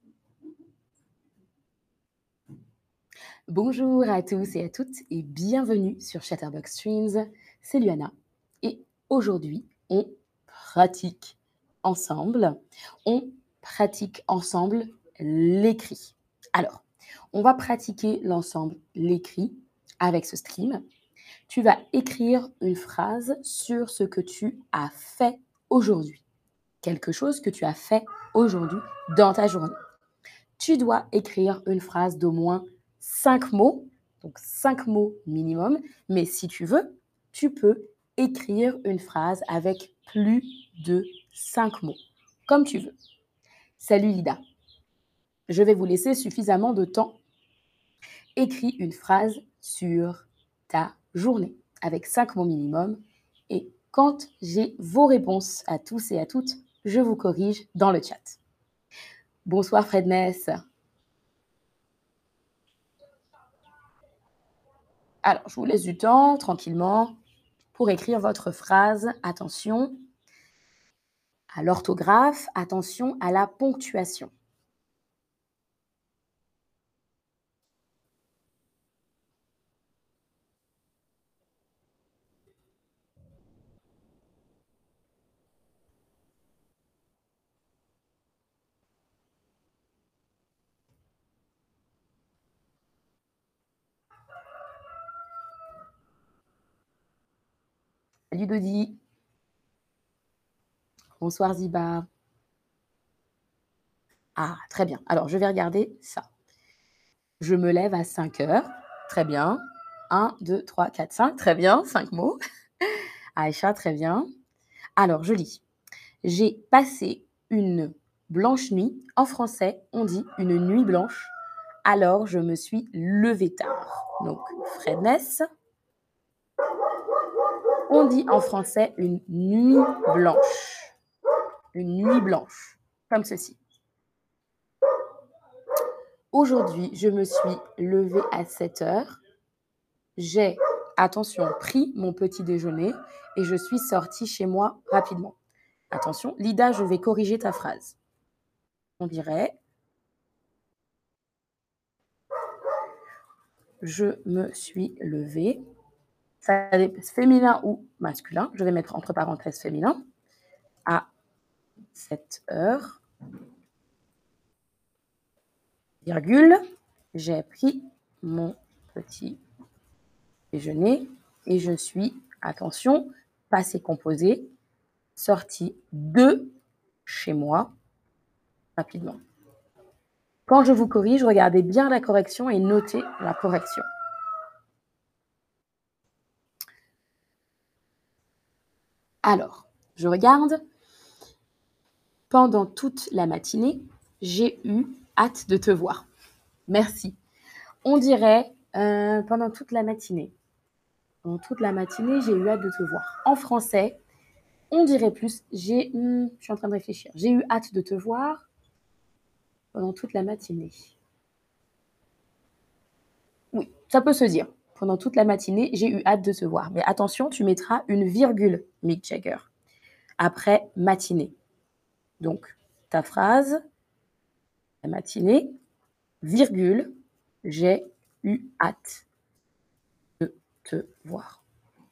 Bonjour à tous et à toutes et bienvenue sur Chatterbox Streams, c'est Luana et aujourd'hui pratique ensemble, on pratique ensemble l'écrit. Alors, on va pratiquer l'ensemble l'écrit avec ce stream. Tu vas écrire une phrase sur ce que tu as fait aujourd'hui, quelque chose que tu as fait aujourd'hui dans ta journée. Tu dois écrire une phrase d'au moins 5 mots, donc 5 mots minimum, mais si tu veux, tu peux écrire une phrase avec plus de 5 mots, comme tu veux. Salut Lida, je vais vous laisser suffisamment de temps. Écris une phrase sur ta journée avec 5 mots minimum et quand j'ai vos réponses à tous et à toutes, je vous corrige dans le chat. Bonsoir Fredness. Alors, je vous laisse du temps, tranquillement, pour écrire votre phrase. Attention à l'orthographe, attention à la ponctuation. Salut Dodi. Bonsoir Ziba. Ah, très bien. Alors, je vais regarder ça. Je me lève à 5 heures. Très bien. 1, 2, 3, 4, 5. Très bien. 5 mots. Aïcha, très bien. Alors, je lis. J'ai passé une blanche nuit. En français, on dit une nuit blanche. Alors, je me suis levée tard. Donc, Fredness. On dit en français une nuit blanche. Une nuit blanche. Comme ceci. Aujourd'hui, je me suis levée à 7 heures. J'ai, attention, pris mon petit déjeuner et je suis sortie chez moi rapidement. Attention, Lida, je vais corriger ta phrase. On dirait je me suis levée. Ça dépend, féminin ou masculin. Je vais mettre entre parenthèses féminin. À 7 heures. Virgule. J'ai pris mon petit déjeuner et je suis, attention, passé composé, sortie de chez moi rapidement. Quand je vous corrige, regardez bien la correction et notez la correction. Alors, je regarde. Pendant toute la matinée, j'ai eu hâte de te voir. Merci. On dirait pendant toute la matinée. Pendant toute la matinée, j'ai eu hâte de te voir. En français, on dirait plus je suis en train de réfléchir. J'ai eu hâte de te voir pendant toute la matinée. Oui, ça peut se dire. Pendant toute la matinée, j'ai eu hâte de te voir. Mais attention, tu mettras une virgule, Mick Jagger, après matinée. Donc, ta phrase, la matinée, virgule, j'ai eu hâte de te voir.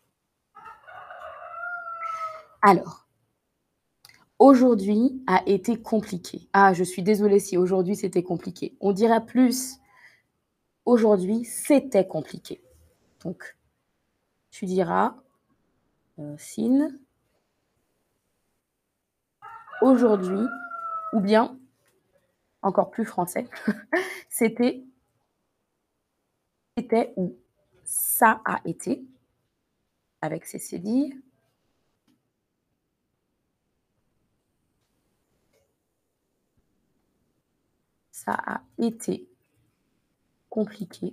Alors, aujourd'hui a été compliqué. Ah, je suis désolée si aujourd'hui c'était compliqué. On dira plus, aujourd'hui c'était compliqué. Donc, tu diras, sin, aujourd'hui, ou bien, encore plus français, c'était ou ça a été, avec Cécilie. Ça a été compliqué.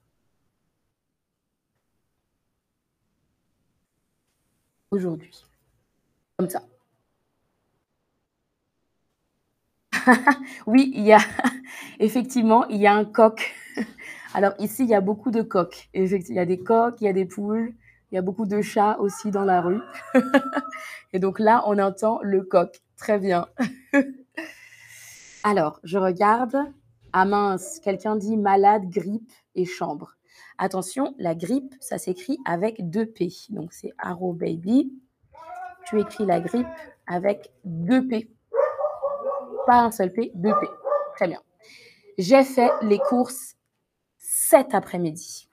Aujourd'hui. Comme ça. Oui, il y a effectivement, il y a un coq. Alors ici, il y a beaucoup de coqs. Il y a des coqs, il y a des poules, il y a beaucoup de chats aussi dans la rue. Et donc là, on entend le coq. Très bien. Alors, je regarde. Ah mince, quelqu'un dit malade, grippe et chambre. Attention, la grippe, ça s'écrit avec 2 P. Donc, c'est Arrow Baby. Tu écris la grippe avec 2 P. Pas un seul P, 2 P. Très bien. J'ai fait les courses cet après-midi.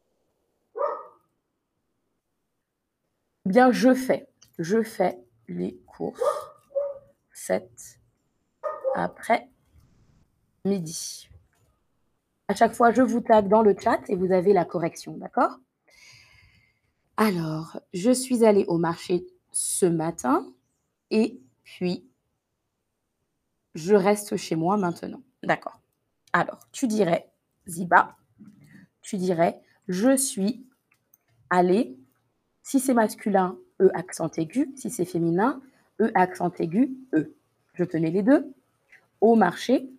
Bien, je fais. Je fais les courses cet après-midi. À chaque fois, je vous tag dans le chat et vous avez la correction, d'accord? Alors, je suis allée au marché ce matin et puis je reste chez moi maintenant. D'accord. Alors, tu dirais, Ziba, tu dirais, je suis allée, si c'est masculin, E accent aigu, si c'est féminin, E accent aigu, E. Je te mets les deux. Au marché,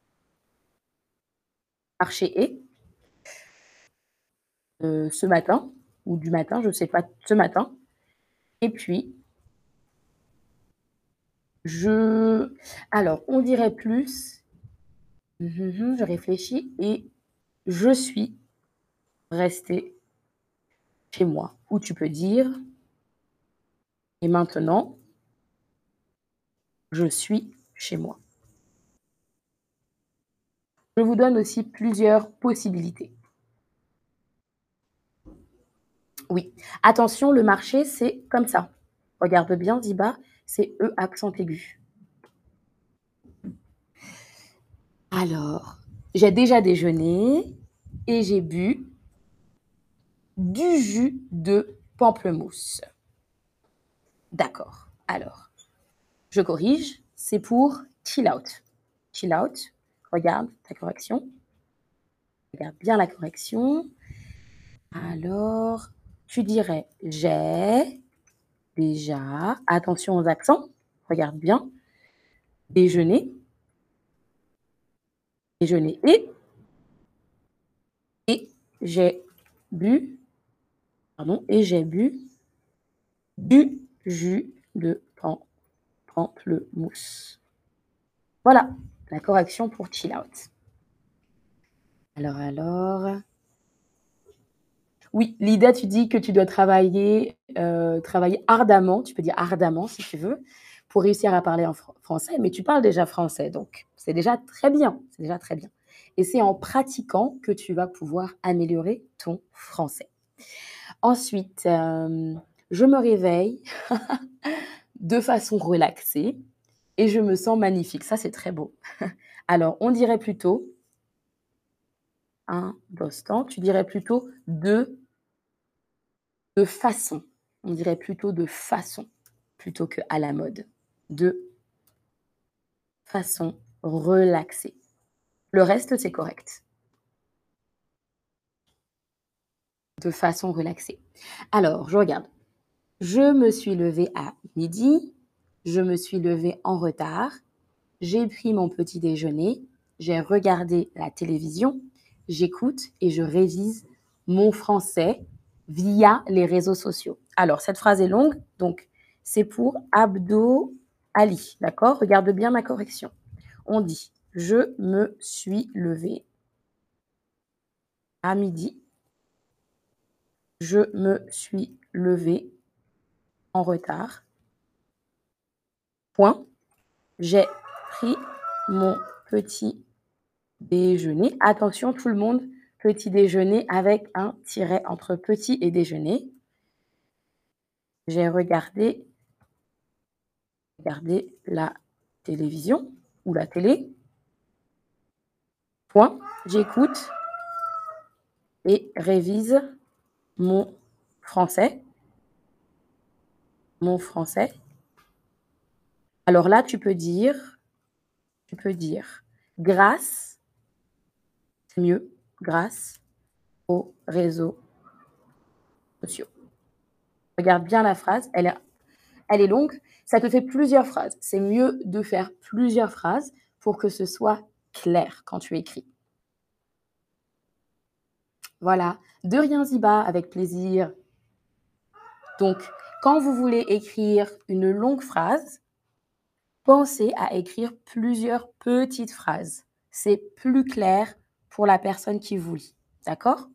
marché et, ce matin, ou du matin, je ne sais pas, ce matin. Et puis, je. Alors, on dirait plus, je réfléchis, et je suis restée chez moi. Ou tu peux dire, et maintenant, je suis chez moi. Je vous donne aussi plusieurs possibilités. Oui, attention, le marché, c'est comme ça. Regarde bien, Ziba, c'est E accent aigu. Alors, j'ai déjà déjeuné et j'ai bu du jus de pamplemousse. D'accord. Alors, je corrige, c'est pour chill out. Chill out, regarde ta correction. Regarde bien la correction. Alors, tu dirais j'ai déjà, attention aux accents, regarde bien, déjeuner, déjeuner et j'ai bu, pardon, et j'ai bu du jus de pamplemousse. Voilà, la correction pour chill out. Alors. Oui, l'idée, tu dis que tu dois travailler ardemment, tu peux dire ardemment si tu veux, pour réussir à parler en français, mais tu parles déjà français, donc c'est déjà très bien, c'est déjà très bien. Et c'est en pratiquant que tu vas pouvoir améliorer ton français. Ensuite, je me réveille de façon relaxée et je me sens magnifique. Ça, c'est très beau. Alors, on dirait plutôt un instant, tu dirais plutôt de façon. On dirait plutôt de façon, plutôt que à la mode. De façon relaxée. Le reste, c'est correct. De façon relaxée. Alors, je regarde. Je me suis levée à midi. Je me suis levée en retard. J'ai pris mon petit déjeuner. J'ai regardé la télévision. J'écoute et je révise mon français via les réseaux sociaux. Alors, cette phrase est longue, donc c'est pour Abdo Ali, d'accord? Regarde bien ma correction. On dit « Je me suis levée à midi. Je me suis levée en retard. Point. J'ai pris mon petit déjeuner. » Attention tout le monde, petit déjeuner avec un tiret entre petit et déjeuner. J'ai regardé la télévision ou la télé. Point. J'écoute et révise mon français. Mon français. Alors là, tu peux dire grâce, c'est mieux, grâce aux réseaux sociaux. Regarde bien la phrase, elle est longue, ça te fait plusieurs phrases. C'est mieux de faire plusieurs phrases pour que ce soit clair quand tu écris. Voilà, de rien Ziba, avec plaisir. Donc, quand vous voulez écrire une longue phrase, Pensez à écrire plusieurs petites phrases. C'est plus clair pour la personne qui vous lit. D'accord?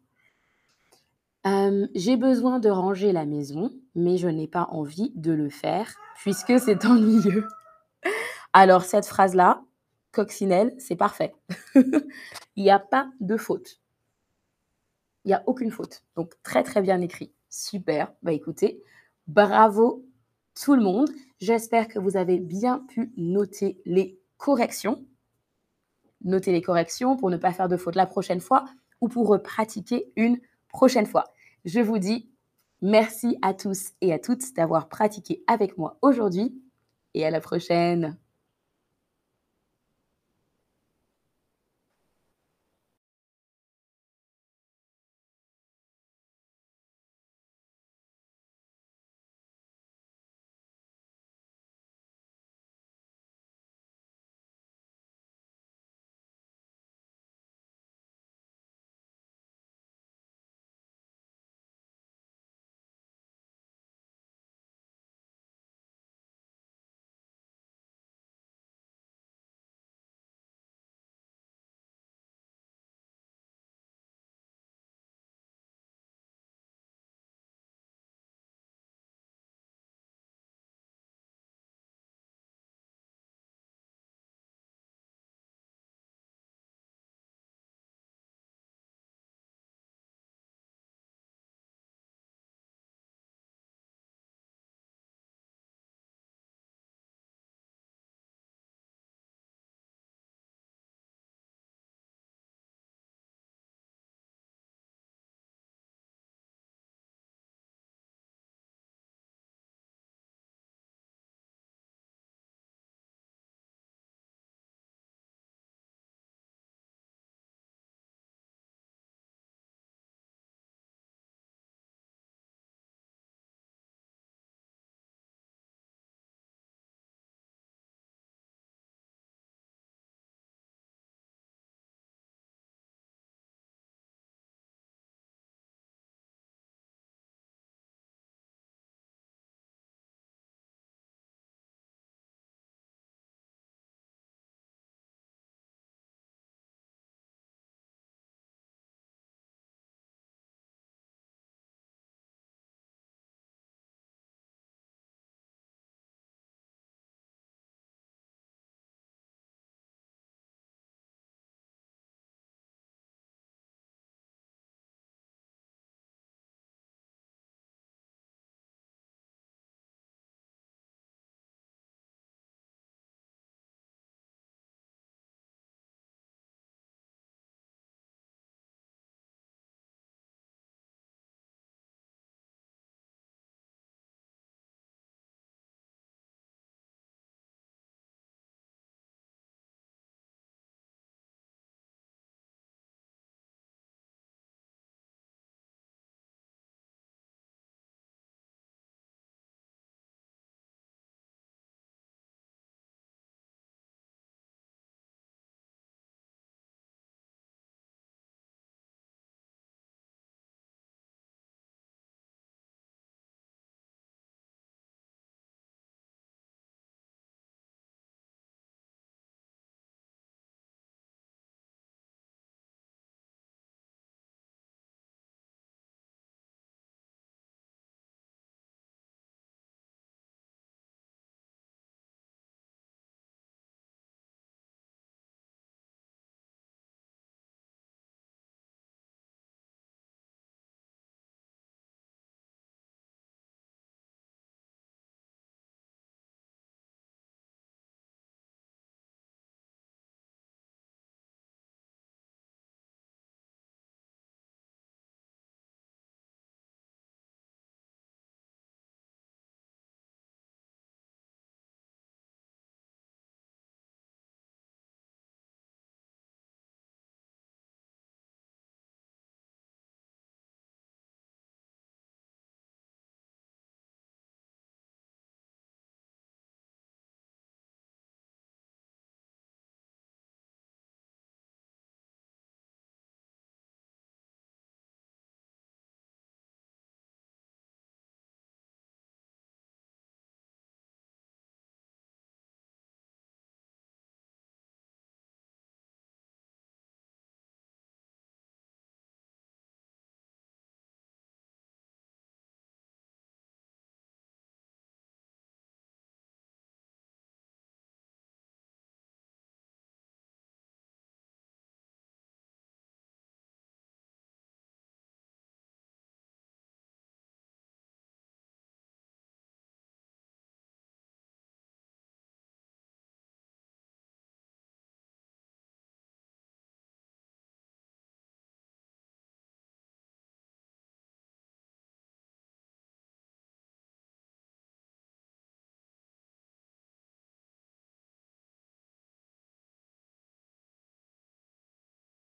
J'ai besoin de ranger la maison, mais je n'ai pas envie de le faire puisque c'est ennuyeux. Alors cette phrase-là, coccinelle, c'est parfait. Il y a pas de faute. Il y a aucune faute. Donc très, très bien écrit. Super. Bah, écoutez, bravo tout le monde. J'espère que vous avez bien pu noter les corrections. Notez les corrections pour ne pas faire de faute la prochaine fois ou pour pratiquer une prochaine fois. Je vous dis merci à tous et à toutes d'avoir pratiqué avec moi aujourd'hui et à la prochaine.